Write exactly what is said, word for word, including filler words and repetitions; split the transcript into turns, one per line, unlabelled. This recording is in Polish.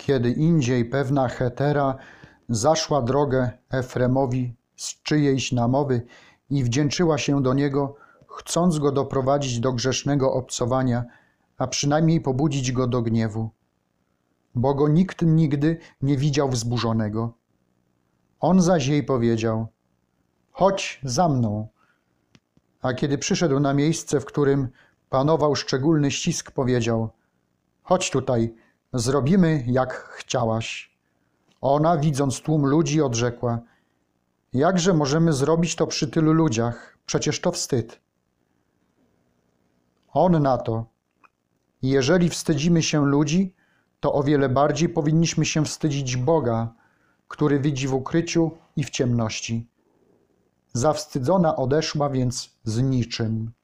Kiedy indziej pewna hetera zaszła drogę Efremowi z czyjejś namowy i wdzięczyła się do niego, chcąc go doprowadzić do grzesznego obcowania, a przynajmniej pobudzić go do gniewu. Bo go nikt nigdy nie widział wzburzonego. On zaś jej powiedział: chodź za mną. A kiedy przyszedł na miejsce, w którym panował szczególny ścisk, powiedział: chodź tutaj, zrobimy jak chciałaś. Ona, widząc tłum ludzi, odrzekła: jakże możemy zrobić to przy tylu ludziach? Przecież to wstyd. On na to: jeżeli wstydzimy się ludzi, to o wiele bardziej powinniśmy się wstydzić Boga, który widzi w ukryciu i w ciemności. Zawstydzona odeszła więc z niczym.